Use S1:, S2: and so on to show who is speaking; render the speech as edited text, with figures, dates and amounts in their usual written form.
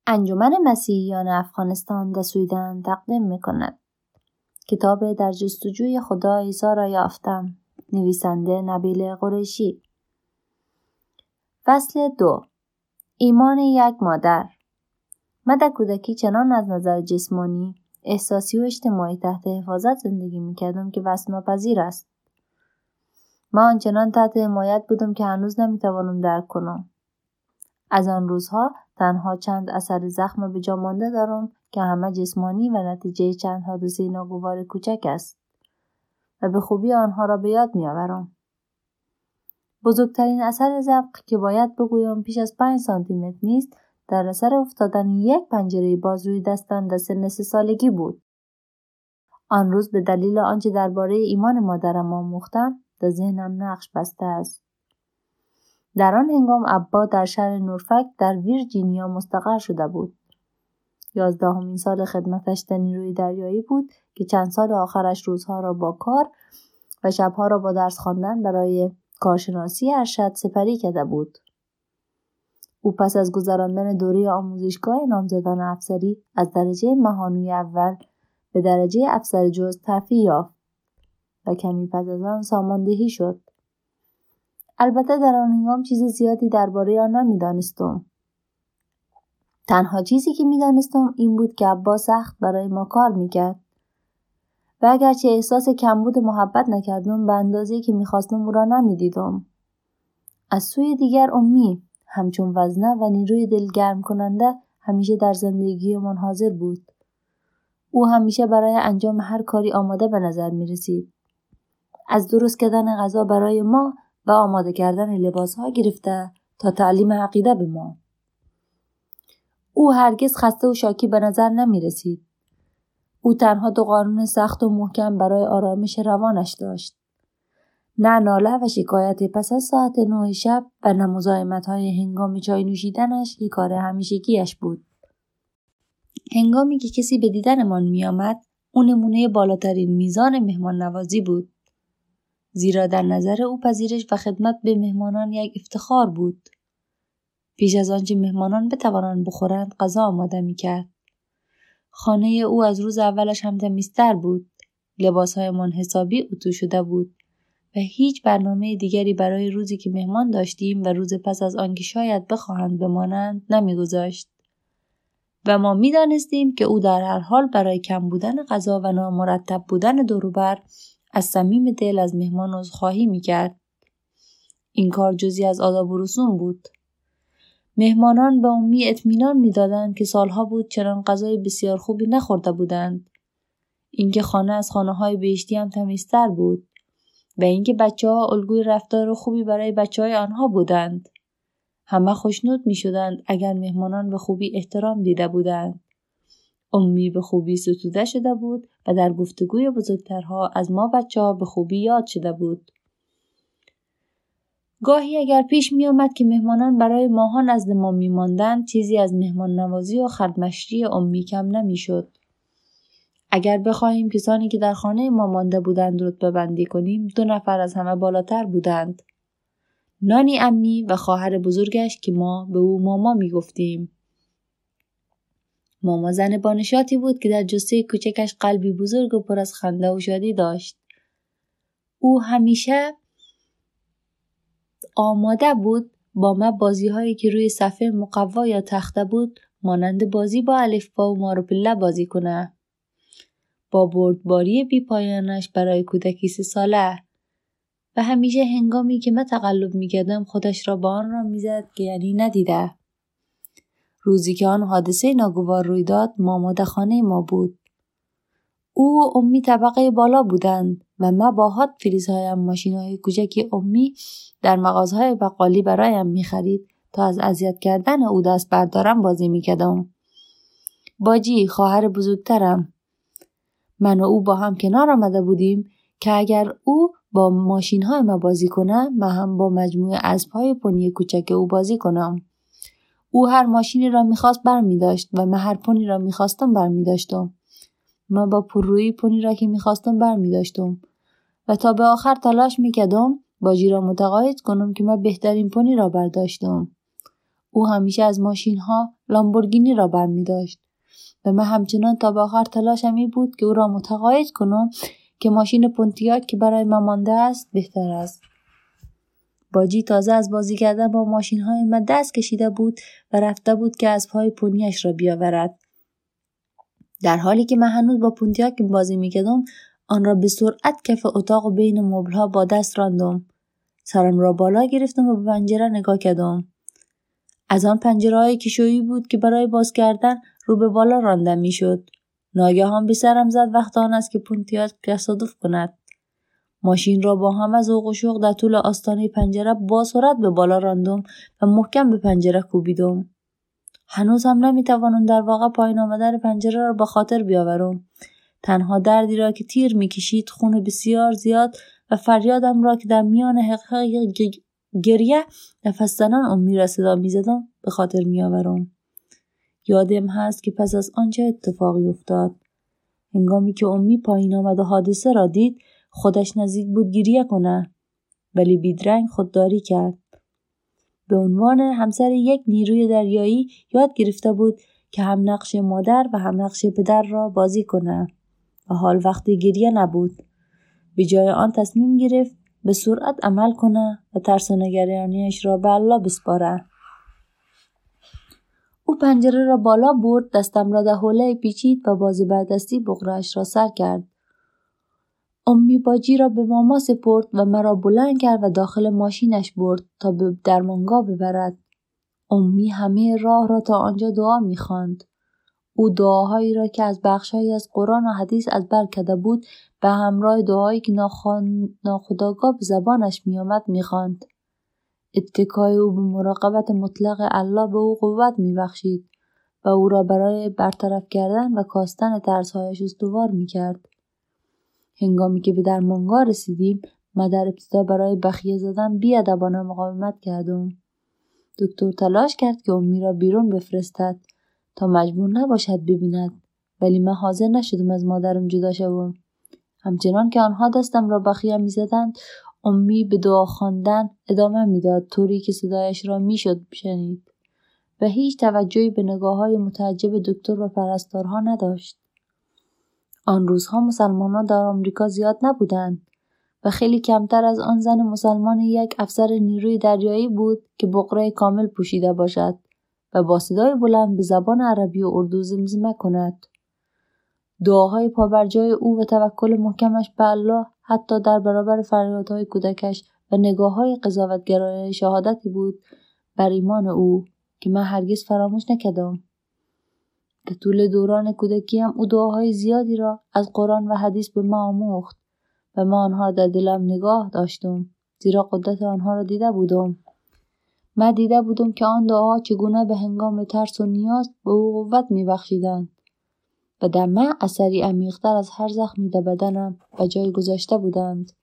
S1: انجمن مسیحیان افغانستان در سویدن تقدیم می‌کند. کتاب در جستجوی خدا عیسی را یافتم. نویسنده نبیل قریشی. فصل 2. ایمان یک مادر. من در کودکی چنان از نظر جسمانی، احساسی و اجتماعی تحت حفاظت زندگی می‌کردم که وصف ناپذیر است. من آنچنان تحت حمایت بودم که هنوز نمی‌توانم درک کنم. از آن روزها تنها چند اثر زخم به جا مانده دارم که همه جسمانی و نتیجه چند حادثه ناگوار کوچک است و به خوبی آنها را به یاد می‌آورم. بزرگترین اثر زخم که باید بگویم پیش از 5 سانتی متر نیست، در اثر افتادن یک پنجره باز روی دستم در سن 3 سالگی بود. آن روز به دلیل آنچه درباره ایمان مادرم آموختم در ذهنم نقش بسته است. در آن هنگام ابا در شهر نورفک در ویرجینیا مستقر شده بود. 11مین سال خدمتش در نیروی دریایی بود که چند سال آخرش روزها را با کار و شبها را با درس خواندن برای کارشناسی ارشد سپری کرده بود. او پس از گذراندن دوره آموزشگاه نامزدان افسری از درجه مهانوی اول به درجه افسر جز ترفیع یافت و کمی پس از آن ساماندهی شد. البته در آن هنگام چیز زیادی درباره آن نمی‌دانستم. تنها چیزی که می‌دانستم این بود که ابا سخت برای ما کار می‌کرد و اگرچه احساس کمبود محبت نکردم، به اندازه‌ای که می‌خواستم او را نمی‌دیدم. از سوی دیگر امی همچون وزنه و نیروی دلگرم کننده همیشه در زندگی من حاضر بود. او همیشه برای انجام هر کاری آماده به نظر می‌رسید. از درست کردن غذا برای ما و آماده کردن لباس‌ها گرفته تا تعلیم عقیده به ما. او هرگز خسته و شاکی به نظر نمی‌رسید. او تنها 2 قانون سخت و محکم برای آرامش روانش داشت. نه ناله و شکایت پس از ساعت 9 شب و نه مزاحمت‌های هنگام چای نوشیدنش که کار همیشگیش بود. هنگامی که کسی به دیدنمان می‌آمد، او نمونه بالاترین میزان مهمان نوازی بود. زیرا در نظر او پذیرش و خدمت به مهمانان یک افتخار بود. پیش از آنکه مهمانان بتوانند بخورند غذا آماده می‌کرد. خانه او از روز اولش هم تمیزتر بود. لباس‌هایمان حسابی اتو شده بود و هیچ برنامه دیگری برای روزی که مهمان داشتیم و روز پس از آنکه شاید بخواهند بمانند نمی‌گذاشت. و ما می‌دانستیم که او در هر حال برای کم بودن غذا و نامرتب بودن دور و بر از صمیم دل از مهمان عذرخواهی می‌کرد. این کار جزئی از آداب و رسوم بود. مهمانان به امی اطمینان می‌دادند که سالها بود چنان غذای بسیار خوبی نخورده بودند. اینکه خانه از خانه‌های بهشتی هم تمیزتر بود و اینکه بچه‌ها الگوی رفتار خوبی برای بچه‌های آنها بودند. همه خوشنود می‌شدند اگر مهمانان به خوبی احترام دیده بودند. امی به خوبی ستوده شده بود و در گفتگوی بزرگترها از ما بچه‌ها به خوبی یاد شده بود. گاهی اگر پیش می آمد که مهمانان برای ماها نزد ما می ماندند، چیزی از مهمان نوازی و خدمشری امی کم نمی شد. اگر بخواهیم کسانی که در خانه ما مانده بودند رتبه بندی کنیم، 2 نفر از همه بالاتر بودند. نانی امی و خواهر بزرگش که ما به او ماما می گفتیم. ماما زن بانشاتی بود که در جثه کوچکش قلبی بزرگ و پر از خنده و شادی داشت. او همیشه آماده بود با ما بازی‌هایی که روی صفحه مقوا یا تخته بود مانند بازی با الفبا و ماروپله بازی کنه. با بردباری بی پایانش برای کودکی 3 ساله و همیشه هنگامی که من تقلب می‌کردم خودش را با آن را می‌زد که یعنی ندیده. روزی که آن حادثه ناگوار روی داد، ماما در خانه ما بود. او و امی طبقه بالا بودند و من با هات فریزهایم ماشین‌های کوچکی امی در مغازه‌های بقالی برایم می‌خرید تا از اذیت کردن او دست بردارم بازی می‌کردم. باجی خواهر بزرگترم. من و او با هم کنار آمده بودیم که اگر او با ماشین‌های ما بازی کنه، من هم با مجموعه اسب‌های پنی کوچک او بازی کنم. او هر ماشینی را می‌خواست برمی‌داشت و من هر پنی را می‌خواستم برمی‌داشتم. من با پررویی پنی را که می‌خواستم برمی‌داشتم و تا به آخر تلاش می‌کردم باجی را متقاعد کنم که من بهترین پنی را برداشتم. او همیشه از ماشین‌ها لامبورگینی را برمی داشت و من همچنان تا به آخر تلاشم این بود که او را متقاعد کنم که ماشین پونتیاک که برای من مانده است بهتر است. باجی تازه از بازی کردن با ماشین‌های من دست کشیده بود و رفته بود که اسب‌های پونیش را بیاورد. در حالی که من هنوز با پونتیاک بازی می‌کردم، آن را به سرعت کف اتاق و بین مبل‌ها با دست راندم. سرم را بالا گرفتم و به پنجره نگاه کردم. از آن پنجره‌های کشویی بود که برای باز کردن رو به بالا رانده می‌شد. ناگهان به سرم زد وقت آن است که پونتیاک تصادف کند. ماشین را با همه ذوق و شوق در طول آستانه پنجره با سرعت به بالا راندم و محکم به پنجره کوبیدم. هنوز هم نمی‌توانم در واقع پایین آمدن پنجره را به خاطر بیاورم. تنها دردی را که تیر می‌کشید، خون بسیار زیاد و فریادم را که در میان حقیق گریه نفس زنان امی را صدا می‌زدم به خاطر می‌آورم. یادم هست که پس از آنچه اتفاقی افتاد، هنگامی که امی پایین آمد و حادثه را دید، خودش نزدیک بود گریه کنه، ولی بیدرنگ خودداری کرد. به عنوان همسر یک نیروی دریایی یاد گرفته بود که هم نقش مادر و هم نقش پدر را بازی کنه و حال وقتی گریه نبود. به جای آن تصمیم گرفت به سرعت عمل کنه و ترس و نگرانیش را به الله بسپاره. او پنجره را بالا برد، دستم را در حوله پیچید و باز بردستی بغره‌اش را سر کرد. امی باجی را به ماما سپرد و مرا بلند کرد و داخل ماشینش برد تا به درمانگاه ببرد. امی همه راه را تا آنجا دعا می‌خواند. او دعاهایی را که از بخش‌هایی از قرآن و حدیث از بر کرده بود به همراه دعایی که ناخودآگاه به زبانش می‌آمد می‌خواند. اتکای او به مراقبت مطلق الله به او قوت می‌بخشید و او را برای برطرف کردن و کاستن ترس‌هایش استوار می‌کرد. هنگامی که به درمانگاه رسیدیم، من در ابتدا برای بخیه زدن بی‌ادبانه مقاومت کردم. دکتر تلاش کرد که امی را بیرون بفرستد تا مجبور نباشد ببیند، ولی من حاضر نشدم از مادرم جدا شوم. همچنان که آنها دستم را بخیه می‌زدند، امی به دعا خواندن ادامه می‌داد، طوری که صدایش را میشد شنید و هیچ توجهی به نگاه‌های متعجب دکتر و پرستارها نداشت. آن روزها مسلمانان در آمریکا زیاد نبودند و خیلی کمتر از آن زن مسلمان یک افسر نیروی دریایی بود که بقره کامل پوشیده باشد و با صدای بلند به زبان عربی و اردو زمزمه کند. دعاهای پابرجای او و توکل محکمش به الله حتی در برابر فریادهای کودکش و نگاه‌های قضاوتگرانه شهادتی بود بر ایمان او که من هرگز فراموش نکردم. در طول دوران کودکیم او دعاهای زیادی را از قرآن و حدیث به ما آموخت و من آنها در دلم نگاه داشتم، زیرا قدرت آنها را دیده بودم. من دیده بودم که آن دعاها چگونه به هنگام ترس و نیاز به او قوت می‌بخشیدند و در من اثری عمیق‌تر از هر زخمی در بدنم و جای گذاشته بودند.